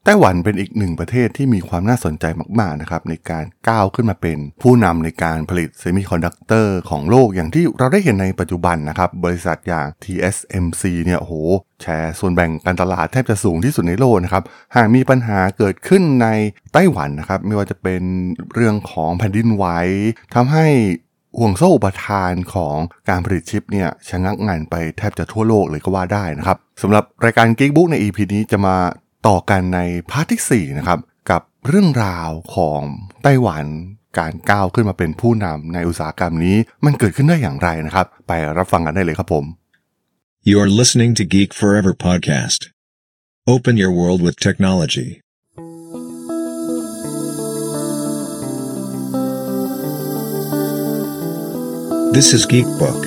ไต้หวันเป็นอีกหนึ่งประเทศที่มีความน่าสนใจมากๆนะครับในการก้าวขึ้นมาเป็นผู้นำในการผลิตเซมิคอนดักเตอร์ของโลกอย่างที่เราได้เห็นในปัจจุบันนะครับบริษัทอย่าง TSMC เนี่ยโอ้โหแชร์ส่วนแบ่งการตลาดแทบจะสูงที่สุดในโลกนะครับหากมีปัญหาเกิดขึ้นในไต้หวันนะครับไม่ว่าจะเป็นเรื่องของแผ่นดินไหวทำให้ห่วงโซ่อุปทานของการผลิตชิปเนี่ยชะงักงันไปแทบจะทั่วโลกเลยก็ว่าได้นะครับสำหรับรายการ Geekbook ใน EP นี้จะมาต่อกันในพาร์ทที่4นะครับกับเรื่องราวของไต้หวันการก้าวขึ้นมาเป็นผู้นำในอุตสาหกรรมนี้มันเกิดขึ้นได้อย่างไรนะครับไปรับฟังกันได้เลยครับผม You are listening to Geek Forever podcast. Open your world with technology. This is Geekbook.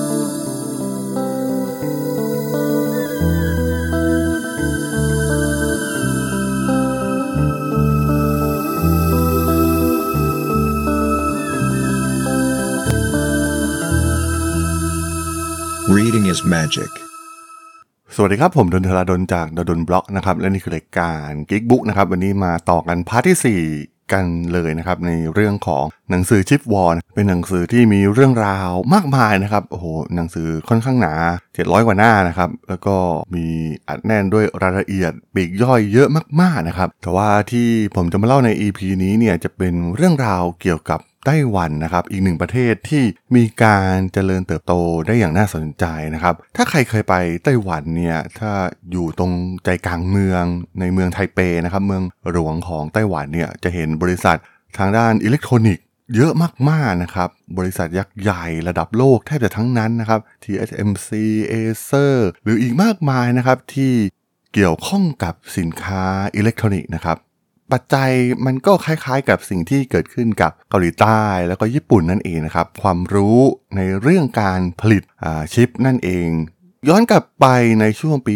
Reading is magic. สวัสดีครับผมดนทราดลจากดนบล็อกนะครับและนี่คือรายการ Geekbook นะครับวันนี้มาต่อกันพาร์ทที่4กันเลยนะครับในเรื่องของหนังสือชิปวอร์เป็นหนังสือที่มีเรื่องราวมากมายนะครับโอ้โหหนังสือค่อนข้างหนา700กว่าหน้านะครับแล้วก็มีอัดแน่นด้วยรายละเอียดปลีกย่อยเยอะมากๆนะครับแต่ว่าที่ผมจะมาเล่าใน EP นี้เนี่ยจะเป็นเรื่องราวเกี่ยวกับไต้หวันนะครับอีกหนึ่งประเทศที่มีการเจริญเติบโตได้อย่างน่าสนใจนะครับถ้าใครเคยไปไต้หวันเนี่ยถ้าอยู่ตรงใจกลางเมืองในเมืองไทเปนะครับเมืองหลวงของไต้หวันเนี่ยจะเห็นบริษัททางด้านอิเล็กทรอนิกส์เยอะมากๆนะครับบริษัทยักษ์ใหญ่ระดับโลกแทบจะทั้งนั้นนะครับ TSMC Acer หรืออีกมากมายนะครับที่เกี่ยวข้องกับสินค้าอิเล็กทรอนิกส์นะครับปัจจัยมันก็คล้ายๆกับสิ่งที่เกิดขึ้นกับเกาหลีใต้แล้วก็ญี่ปุ่นนั่นเองนะครับความรู้ในเรื่องการผลิตชิปนั่นเองย้อนกลับไปในช่วงปี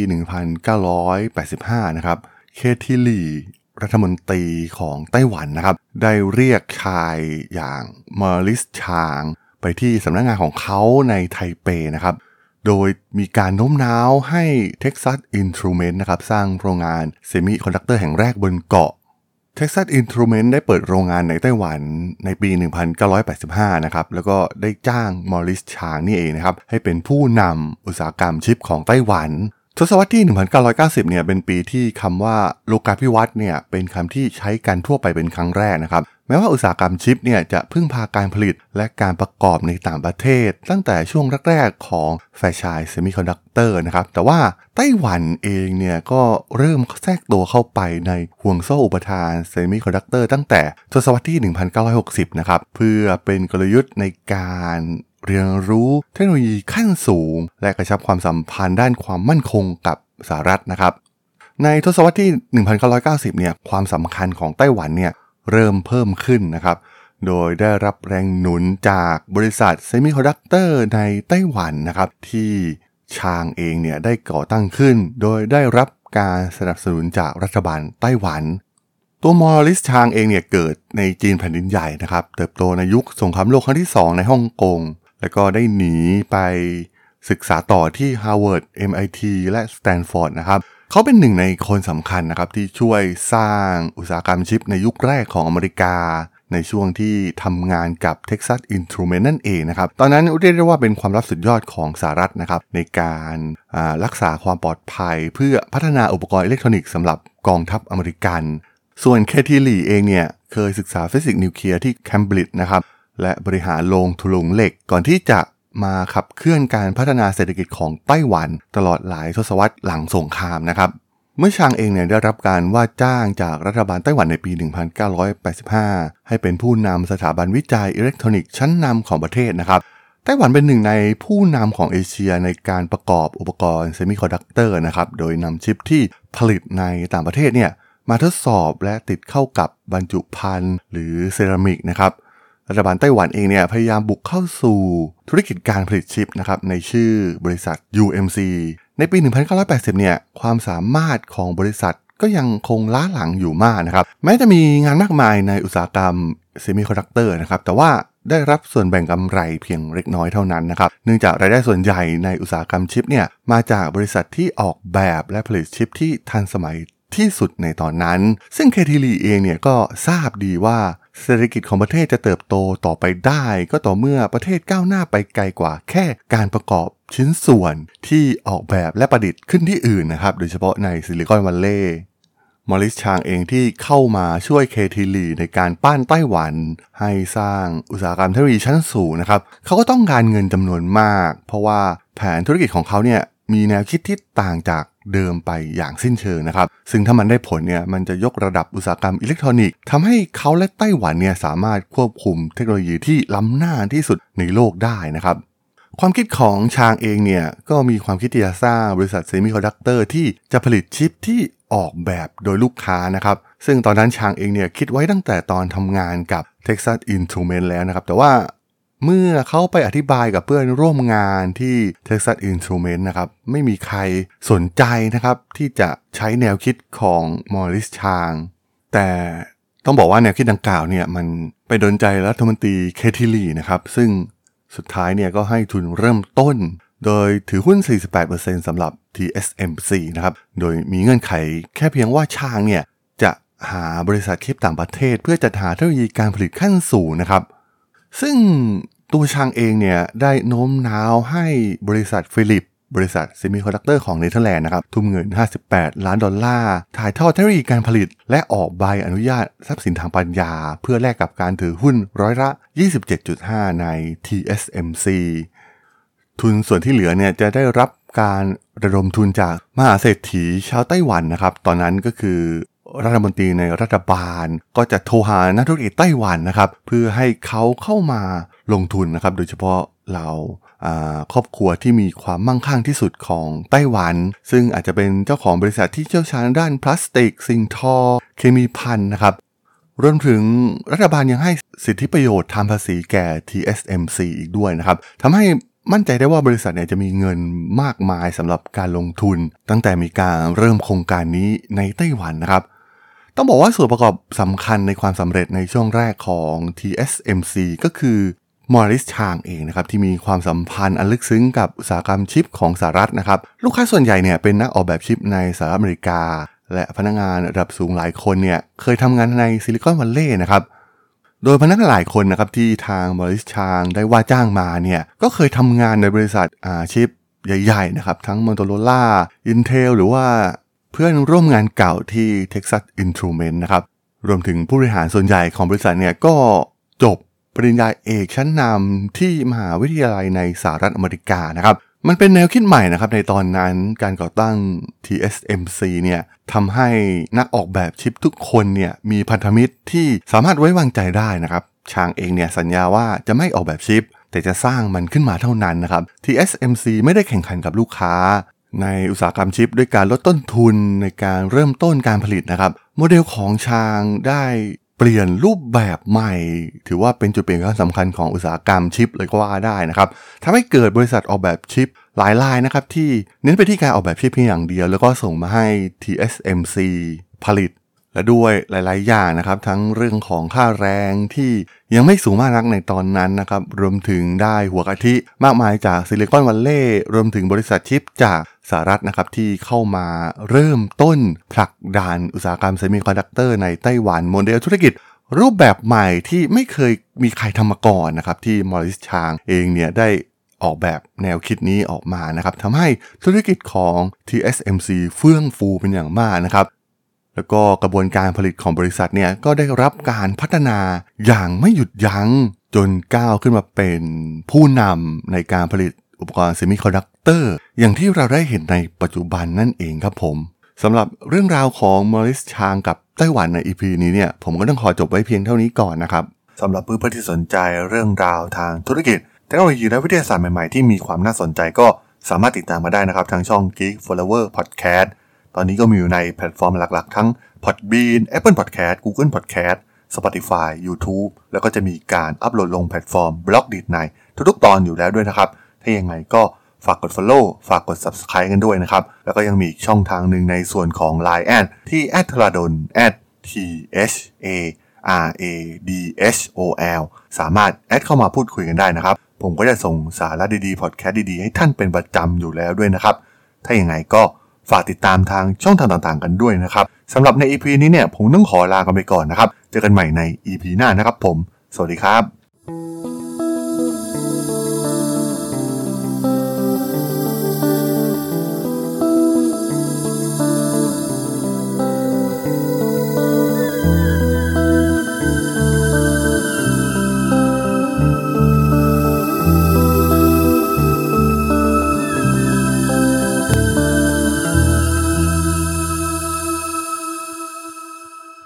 1985 นะครับเคที่หลี่รัฐมนตรีของไต้หวันนะครับได้เรียกชายอย่างมอริสชางไปที่สำนักงานของเขาในไทเปนะครับโดยมีการโน้มน้าวให้ Texas Instruments นะครับสร้างโรงงานเซมิคอนดักเตอร์แห่งแรกบนเกาะTexas Instruments ได้เปิดโรงงานในไต้หวันในปี 1985 นะครับแล้วก็ได้จ้างมอริสชางนี่เองนะครับให้เป็นผู้นำอุตสาหกรรมชิปของไต้หวันทศวรรษที่ 1990 เนี่ยเป็นปีที่คำว่าโลกาภิวัตน์เนี่ยเป็นคำที่ใช้กันทั่วไปเป็นครั้งแรกนะครับแม้ว่าอุตสาหกรรมชิปเนี่ยจะพึ่งพาการผลิตและการประกอบในต่างประเทศตั้งแต่ช่วงแรกๆของแฟรนไชส์เซมิคอนดักเตอร์นะครับแต่ว่าไต้หวันเองเนี่ยก็เริ่มแทรกตัวเข้าไปในห่วงโซ่อุปทานเซมิคอนดักเตอร์ตั้งแต่ทศวรรษที่ 1960 นะครับเพื่อเป็นกลยุทธ์ในการเรียนรู้เทคโนโลยีขั้นสูงและกระชับความสัมพันธ์ด้านความมั่นคงกับสหรัฐนะครับในทศวรรษที่ 1990 เนี่ยความสำคัญของไต้หวันเนี่ยเริ่มเพิ่มขึ้นนะครับโดยได้รับแรงหนุนจากบริษัทเซมิคอนดักเตอร์ในไต้หวันนะครับที่ชางเองเนี่ยได้ก่อตั้งขึ้นโดยได้รับการสนับสนุนจากรัฐบาลไต้หวันตัวมอริสชางเองเนี่ยเกิดในจีนแผ่นดินใหญ่นะครับเติบโตในยุคสงครามโลกครั้งที่2ในฮ่องกงแล้วก็ได้หนีไปศึกษาต่อที่ Harvard MIT และ Stanford นะครับเขาเป็นหนึ่งในคนสำคัญนะครับที่ช่วยสร้างอุตสาหกรรมชิปในยุคแรกของอเมริกาในช่วงที่ทำงานกับ Texas Instruments นั่นเองนะครับตอนนั้นเรียกได้ว่าเป็นความลับสุดยอดของสหรัฐนะครับในการรักษาความปลอดภัยเพื่อพัฒนาอุปกรณ์อิเล็กทรอนิกส์สำหรับกองทัพอเมริกันส่วนเคที่หลี่เองเนี่ยเคยศึกษาฟิสิกส์นิวเคลียร์ที่เคมบริดจ์นะครับและบริหารโรงถลุงเหล็กก่อนที่จะมาขับเคลื่อนการพัฒนาเศรษฐกิจของไต้หวันตลอดหลายทศวรรษหลังสงครามนะครับเมื่อชางเองเนี่ยได้รับการว่าจ้างจากรัฐบาลไต้หวันในปี 1985 ให้เป็นผู้นำสถาบันวิจัยอิเล็กทรอนิกส์ชั้นนำของประเทศนะครับไต้หวันเป็นหนึ่งในผู้นำของเอเชียในการประกอบอุปกรณ์เซมิคอนดักเตอร์นะครับโดยนำชิปที่ผลิตในต่างประเทศเนี่ยมาทดสอบและติดเข้ากับบรรจุภัณฑ์หรือเซรามิกนะครับรัฐบาลไต้หวันเองเนี่ยพยายามบุกเข้าสู่ธุรกิจการผลิตชิปนะครับในชื่อบริษัท UMC ในปี 1980 เนี่ยความสามารถของบริษัทก็ยังคงล้าหลังอยู่มากนะครับแม้จะมีงานมากมายในอุตสาหกรรมเซมิคอนดักเตอร์นะครับแต่ว่าได้รับส่วนแบ่งกำไรเพียงเล็กน้อยเท่านั้นนะครับเนื่องจากรายได้ส่วนใหญ่ในอุตสาหกรรมชิปเนี่ยมาจากบริษัทที่ออกแบบและผลิตชิปที่ทันสมัยที่สุดในตอนนั้นซึ่งเคทีลีเองเนี่ยก็ทราบดีว่าเศรษฐกิจของประเทศจะเติบโตต่อไปได้ก็ต่อเมื่อประเทศก้าวหน้าไปไกลกว่าแค่การประกอบชิ้นส่วนที่ออกแบบและประดิษฐ์ขึ้นที่อื่นนะครับโดยเฉพาะในซิลิคอนวัลเลย์มอริสชางเองที่เข้ามาช่วยเคทีลีในการปั้นไต้หวันให้สร้างอุตสาหกรรมเทคโนโลยีชั้นสูงนะครับเขาก็ต้องการเงินจำนวนมากเพราะว่าแผนธุรกิจของเขาเนี่ยมีแนวคิดที่ต่างจากเดิมไปอย่างสิ้นเชิงนะครับซึ่งถ้ามันได้ผลเนี่ยมันจะยกระดับอุตสาหกรรมอิเล็กทรอนิกส์ทำให้เขาและไต้หวันเนี่ยสามารถควบคุมเทคโนโลยีที่ล้ำหน้าที่สุดในโลกได้นะครับความคิดของชางเองเนี่ยก็มีความคิดที่จะสร้างบริษัทเซมิคอนดักเตอร์ที่จะผลิตชิปที่ออกแบบโดยลูกค้านะครับซึ่งตอนนั้นชางเองเนี่ยคิดไว้ตั้งแต่ตอนทำงานกับ Texas Instruments แล้วนะครับแต่ว่าเมื่อเขาไปอธิบายกับเพื่อนร่วมงานที่ Texas Instruments นะครับไม่มีใครสนใจนะครับที่จะใช้แนวคิดของมอริสชางแต่ต้องบอกว่าแนวคิดดังกล่าวเนี่ยมันไปโดนใจรัฐมนตรีเคทีลีนะครับซึ่งสุดท้ายเนี่ยก็ให้ทุนเริ่มต้นโดยถือหุ้น 48% สำหรับ TSMC นะครับโดยมีเงื่อนไขแค่เพียงว่าชางเนี่ยจะหาบริษัทชิปต่างประเทศเพื่อจัดหาเทคโนโลยีการผลิตขั้นสูงนะครับซึ่งตัวชางเองเนี่ยได้โน้มน้าวให้บริษัทฟิลิปบริษัทเซมิคอนดักเตอร์ของเนเธอร์แลนด์นะครับทุ่มเงิน$58 ล้านถ่ายทอดเทคโนโลยีการผลิตและออกใบอนุญาตทรัพย์สินทางปัญญาเพื่อแลกกับการถือหุ้นร้อยละ 27.5 ใน TSMC ทุนส่วนที่เหลือเนี่ยจะได้รับการระดมทุนจากมหาเศรษฐีชาวไต้หวันนะครับตอนนั้นก็คือรัฐมนตรีในรัฐบาลก็จะโทรหานักธุรกิจไต้หวันนะครับเพื่อให้เขาเข้ามาลงทุนนะครับโดยเฉพาะเราครอบครัวที่มีความมั่งคั่งที่สุดของไต้หวันซึ่งอาจจะเป็นเจ้าของบริษัทที่เชี่ยวชาญด้านพลาสติกสิ่งทอเคมีภัณฑ์นะครับรวมถึงรัฐบาลยังให้สิทธิประโยชน์ทางภาษีแก่ TSMC อีกด้วยนะครับทำให้มั่นใจได้ว่าบริษัทเนี่ยจะมีเงินมากมายสำหรับการลงทุนตั้งแต่มีการเริ่มโครงการนี้ในไต้หวันนะครับต้องบอกว่าส่วนประกอบสำคัญในความสำเร็จในช่วงแรกของ TSMC ก็คือมอริสชางเองนะครับที่มีความสัมพันธ์อันลึกซึ้งกับอุตสาหกรรมชิปของสหรัฐนะครับลูกค้าส่วนใหญ่เนี่ยเป็นนักออกแบบชิปในสหรัฐอเมริกาและพนักงานระดับสูงหลายคนเนี่ยเคยทำงานในซิลิคอนวัลเลย์นะครับโดยพนักงานหลายคนนะครับที่ทางมอริสชางได้ว่าจ้างมาเนี่ยก็เคยทำงานในบริษัทชิปใหญ่ๆนะครับทั้ง Motorola Intel หรือว่าเพื่อนร่วมงานเก่าที่ Texas Instruments นะครับรวมถึงผู้บริหารส่วนใหญ่ของบริษัทเนี่ยก็จบปริญญาเอกชั้นนำที่มหาวิทยาลัยในสหรัฐอเมริกานะครับมันเป็นแนวคิดใหม่นะครับในตอนนั้นการก่อตั้ง TSMC เนี่ยทำให้นักออกแบบชิปทุกคนเนี่ยมีพันธมิตรที่สามารถไว้วางใจได้นะครับชางเองเนี่ยสัญญาว่าจะไม่ออกแบบชิปแต่จะสร้างมันขึ้นมาเท่านั้นนะครับ TSMC ไม่ได้แข่งขันกับลูกค้าในอุตสาหกรรมชิปด้วยการลดต้นทุนในการเริ่มต้นการผลิตนะครับโมเดลของชางได้เปลี่ยนรูปแบบใหม่ถือว่าเป็นจุดเปลี่ยนครั้งสำคัญของอุตสาหกรรมชิปเลยก็ว่าได้นะครับทำให้เกิดบริษัทออกแบบชิปหลายรายนะครับที่เน้นไปที่การออกแบบชิปเพียงอย่างเดียวแล้วก็ส่งมาให้ TSMC ผลิตและด้วยหลายๆอย่างนะครับทั้งเรื่องของค่าแรงที่ยังไม่สูงมากนักในตอนนั้นนะครับรวมถึงได้หัวกะทิมากมายจากซิลิคอนวัลเลย์รวมถึงบริษัทชิปจากสหรัฐนะครับที่เข้ามาเริ่มต้นผลักดันอุตสาหกรรมเซมิคอนดักเตอร์ในไต้หวันโมเดลธุรกิจรูปแบบใหม่ที่ไม่เคยมีใครทำมาก่อนนะครับที่มอริสชางเองเนี่ยได้ออกแบบแนวคิดนี้ออกมานะครับทำให้ธุรกิจของ TSMC เฟื่องฟูเป็นอย่างมากนะครับแล้วก็กระบวนการผลิตของบริษัทเนี่ยก็ได้รับการพัฒนาอย่างไม่หยุดยั้งจนก้าวขึ้นมาเป็นผู้นำในการผลิตอุปกรณ์เซมิคอนดักเตอร์อย่างที่เราได้เห็นในปัจจุบันนั่นเองครับผมสำหรับเรื่องราวของมอริสชางกับไต้หวันใน EP นี้เนี่ยผมก็ต้องขอจบไว้เพียงเท่านี้ก่อนนะครับสำหรับเพื่อนๆที่สนใจเรื่องราวทางธุรกิจเทคโนโลยีและวิทยาศาสตร์ใหม่ๆที่มีความน่าสนใจก็สามารถติดตามมาได้นะครับทางช่อง Geek Forever Podcast ตอนนี้ก็มีอยู่ในแพลตฟอร์มหลักๆทั้ง Podbean Apple Podcast Google Podcast Spotify YouTube แล้วก็จะมีการอัปโหลดลงแพลตฟอร์ม Blogdit ในทุกๆตอนอยู่แล้วด้วยนะครับถ้ายังไงก็ฝากกด follow ฝากกด subscribe กันด้วยนะครับแล้วก็ยังมีอีกช่องทางหนึ่งในส่วนของ Line แอดที่@thradol @THARADSOL สามารถแอดเข้ามาพูดคุยกันได้นะครับผมก็จะส่งสาระดีๆพอดแคสต์ดีๆให้ท่านเป็นประจำอยู่แล้วด้วยนะครับถ้าอย่างไรก็ฝากติดตามทางช่องทางต่างๆกันด้วยนะครับสำหรับใน EP นี้เนี่ยผมต้องขอลากันไปก่อนนะครับเจอกันใหม่ใน EP หน้านะครับผมสวัสดีครับ